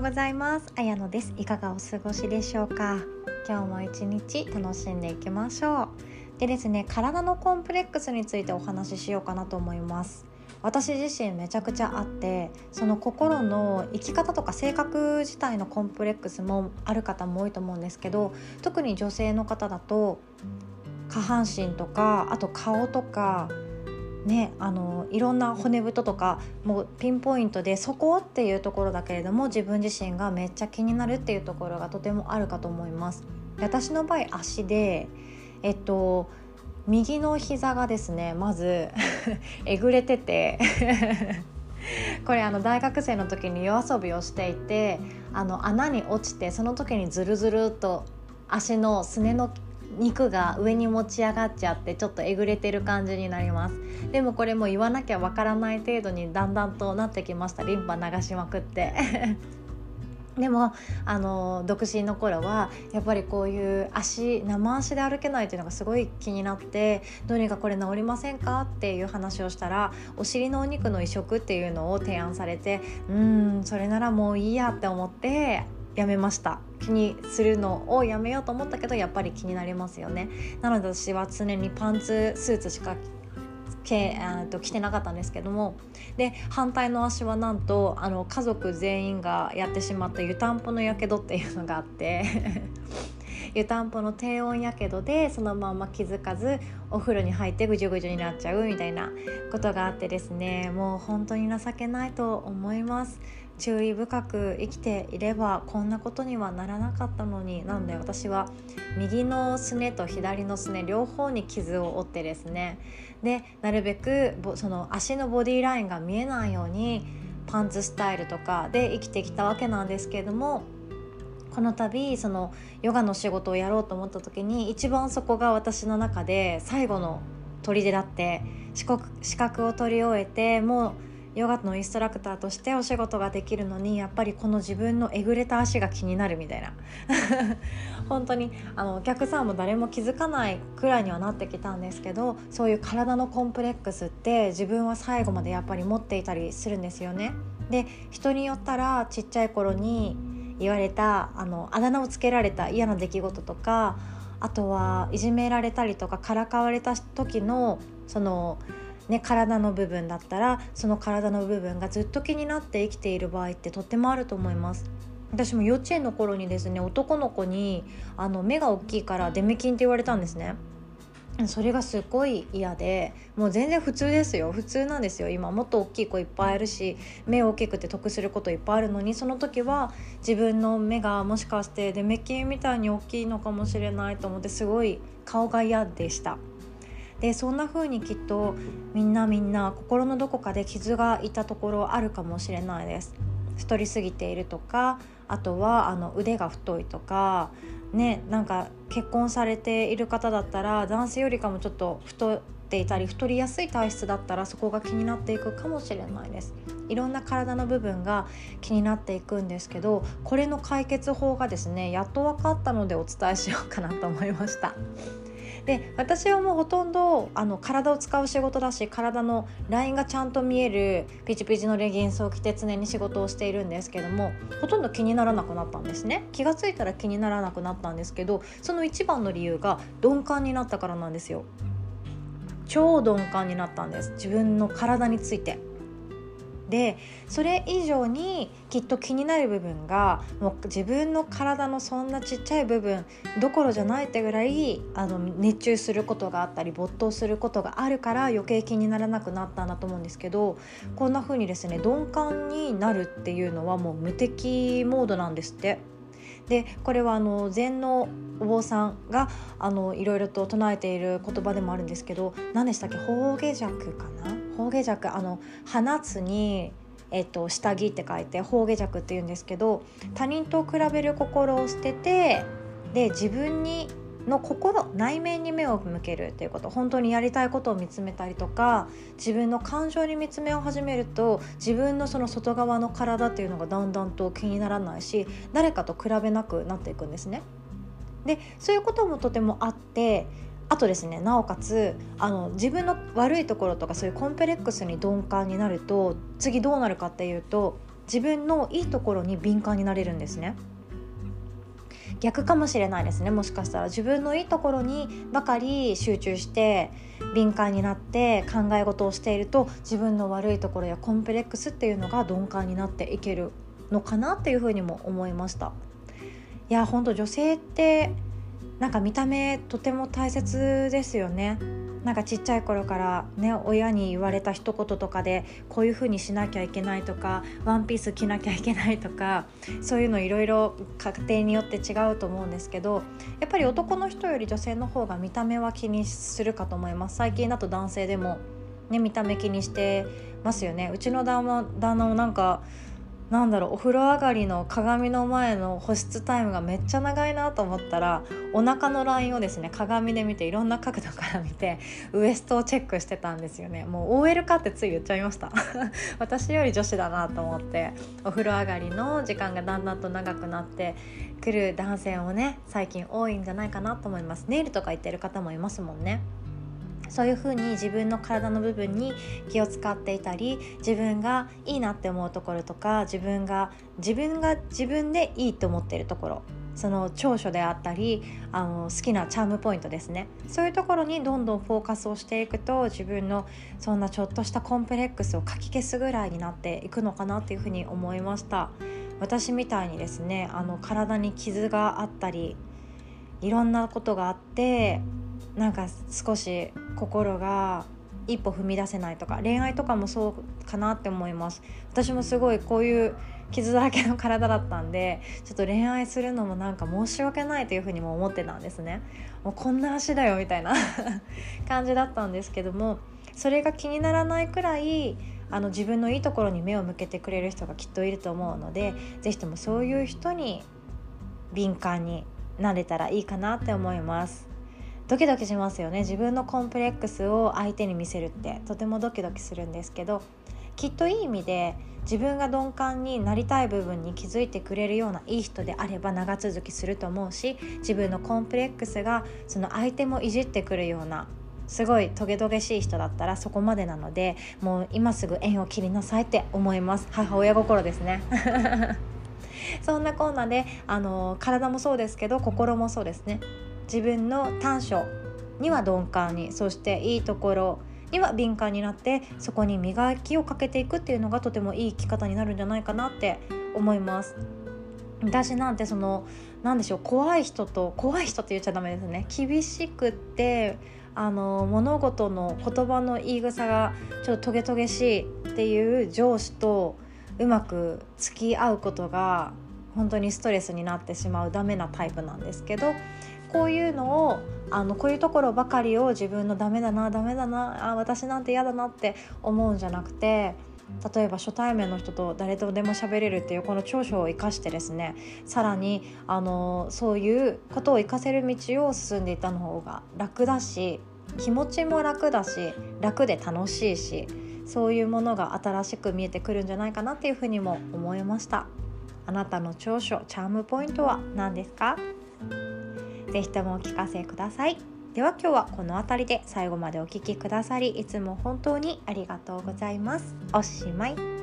ございます。あやのです。いかがお過ごしでしょうか。今日も一日楽しんでいきましょう。でですね、体のコンプレックスについてお話ししようかなと思います。私自身めちゃくちゃあって、その心の生き方とか性格自体のコンプレックスもある方も多いと思うんですけど、特に女性の方だと下半身とか、あと顔とかね、いろんな骨太とかもうピンポイントでそこっていうところだけれども、自分自身がめっちゃ気になるっていうところがとてもあるかと思います。で、私の場合足で右の膝がですね、まずえぐれててこれ大学生の時に夜遊びをしていて、穴に落ちて、その時にズルズルっと足のすねの肉が上に持ち上がっちゃって、ちょっとえぐれてる感じになります。でもこれも言わなきゃわからない程度にだんだんとなってきました。リンパ流しまくってでも独身の頃はやっぱりこういう生足で歩けないっていうのがすごい気になって、どうにかこれ治りませんかっていう話をしたら、お尻のお肉の移植っていうのを提案されて、それならもういいやって思ってやめました。気にするのをやめようと思ったけど、やっぱり気になりますよね。なので私は常にパンツスーツしか着てなかったんですけども、で反対の足はなんと家族全員がやってしまった湯たんぽのやけどっていうのがあって湯たんぽの低温やけどでそのまま気づかずお風呂に入ってぐじゅぐじゅになっちゃうみたいなことがあってですね、もう本当に情けないと思います。注意深く生きていればこんなことにはならなかったのに。なので私は右のすねと左のすね両方に傷を負ってですね、でなるべくその足のボディラインが見えないようにパンツスタイルとかで生きてきたわけなんですけれども、この度そのヨガの仕事をやろうと思った時に、一番そこが私の中で最後の砦だって、資格を取り終えてもうヨガのインストラクターとしてお仕事ができるのに、やっぱりこの自分のえぐれた足が気になるみたいな本当にお客さんも誰も気づかないくらいにはなってきたんですけど、そういう体のコンプレックスって自分は最後までやっぱり持っていたりするんですよね。で人によったらちっちゃい頃に言われたあだ名をつけられた嫌な出来事とか、あとはいじめられたりとかからかわれた時のその体の部分だったら、その体の部分がずっと気になって生きている場合ってとってもあると思います。私も幼稚園の頃にですね、男の子に目が大きいからデメキンって言われたんですね。それがすっごい嫌で、もう全然普通ですよ、普通なんですよ。今もっと大きい子いっぱいいるし、目大きくて得することいっぱいあるのに、その時は自分の目がもしかしてデメキンみたいに大きいのかもしれないと思って、すごい顔が嫌でした。でそんな風にきっとみんな心のどこかで傷がいたところあるかもしれないです。太りすぎているとか、あとは腕が太いとかね、なんか結婚されている方だったら男性よりかもちょっと太っていたり、太りやすい体質だったらそこが気になっていくかもしれないです。いろんな体の部分が気になっていくんですけど、これの解決法がですね、やっと分かったのでお伝えしようかなと思いました。で私はもうほとんど体を使う仕事だし、体のラインがちゃんと見えるピチピチのレギンスを着て常に仕事をしているんですけども、ほとんど気にならなくなったんですね。気がついたら気にならなくなったんですけど、その一番の理由が鈍感になったからなんですよ。超鈍感になったんです、自分の体について。でそれ以上にきっと気になる部分が、もう自分の体のそんなちっちゃい部分どころじゃないってぐらい熱中することがあったり没頭することがあるから、余計気にならなくなったんだと思うんですけど、こんな風にですね、鈍感になるっていうのはもう無敵モードなんですって。でこれは禅のお坊さんがいろいろと唱えている言葉でもあるんですけど、何でしたっけ、法華寂かな、法華寂放つに下着って書いて法華寂って言うんですけど、他人と比べる心を捨てて、で自分の心、内面に目を向けるっていうこと、本当にやりたいことを見つめたりとか、自分の感情に見つめを始めると、自分のその外側の体っていうのがだんだんと気にならないし、誰かと比べなくなっていくんですね。でそういうこともとてもあって、あとですね、なおかつ自分の悪いところとかそういうコンプレックスに鈍感になると、次どうなるかっていうと、 自分のいいところに敏感になれるんですね。逆かもしれないですね。もしかしたら自分のいいところにばかり集中して敏感になって考え事をしていると、自分の悪いところやコンプレックスっていうのが鈍感になっていけるのかなっていうふうにも思いました。いや本当女性ってなんか見た目とても大切ですよね。なんかちっちゃい頃からね、親に言われた一言とかでこういう風にしなきゃいけないとか、ワンピース着なきゃいけないとか、そういうのいろいろ家庭によって違うと思うんですけど、やっぱり男の人より女性の方が見た目は気にするかと思います。最近だと男性でもね、見た目気にしてますよね。うちの旦那もお風呂上がりの鏡の前の保湿タイムがめっちゃ長いなと思ったら、お腹のラインをですね鏡で見て、いろんな角度から見てウエストをチェックしてたんですよね。もう OL かってつい言っちゃいました私より女子だなと思って、お風呂上がりの時間がだんだんと長くなってくる男性もね、最近多いんじゃないかなと思います。ネイルとか言ってる方もいますもんね。そういう風に自分の体の部分に気を使っていたり、自分がいいなって思うところとか、自分でいいと思っているところ、その長所であったり好きなチャームポイントですね。そういうところにどんどんフォーカスをしていくと、自分のそんなちょっとしたコンプレックスをかき消すぐらいになっていくのかなっていうふうに思いました。私みたいにですね、体に傷があったりいろんなことがあって、なんか少し心が一歩踏み出せないとか、恋愛とかもそうかなって思います。私もすごいこういう傷だらけの体だったんで、ちょっと恋愛するのもなんか申し訳ないというふうにも思ってたんですね。もうこんな足だよみたいな感じだったんですけども、それが気にならないくらい自分のいいところに目を向けてくれる人がきっといると思うので、ぜひともそういう人に敏感になれたらいいかなって思います。ドキドキしますよね。自分のコンプレックスを相手に見せるってとてもドキドキするんですけど、きっといい意味で自分が鈍感になりたい部分に気づいてくれるようないい人であれば長続きすると思うし、自分のコンプレックスがその相手もいじってくるようなすごいトゲトゲしい人だったらそこまでなので、もう今すぐ縁を切りなさいって思います。母親心ですねそんなこんなで体もそうですけど心もそうですね。自分の短所には鈍感に、そしていいところには敏感になって、そこに磨きをかけていくっていうのがとてもいい生き方になるんじゃないかなって思います。私なんて怖い人って言っちゃダメですね。厳しくって物事の言葉の言い草がちょっとトゲトゲしいっていう上司とうまく付き合うことが本当にストレスになってしまうダメなタイプなんですけど、こういうのをこういうところばかりを自分のダメだな私なんて嫌だなって思うんじゃなくて、例えば初対面の人と誰とでも喋れるっていうこの長所を生かしてですね、さらにそういうことを生かせる道を進んでいったの方が楽だし、気持ちも楽だし、楽で楽しいし、そういうものが新しく見えてくるんじゃないかなっていうふうにも思いました。あなたの長所、チャームポイントは何ですか？ぜひともお聞かせください。では今日はこの辺りで最後までお聞きくださりいつも本当にありがとうございます。おしまい。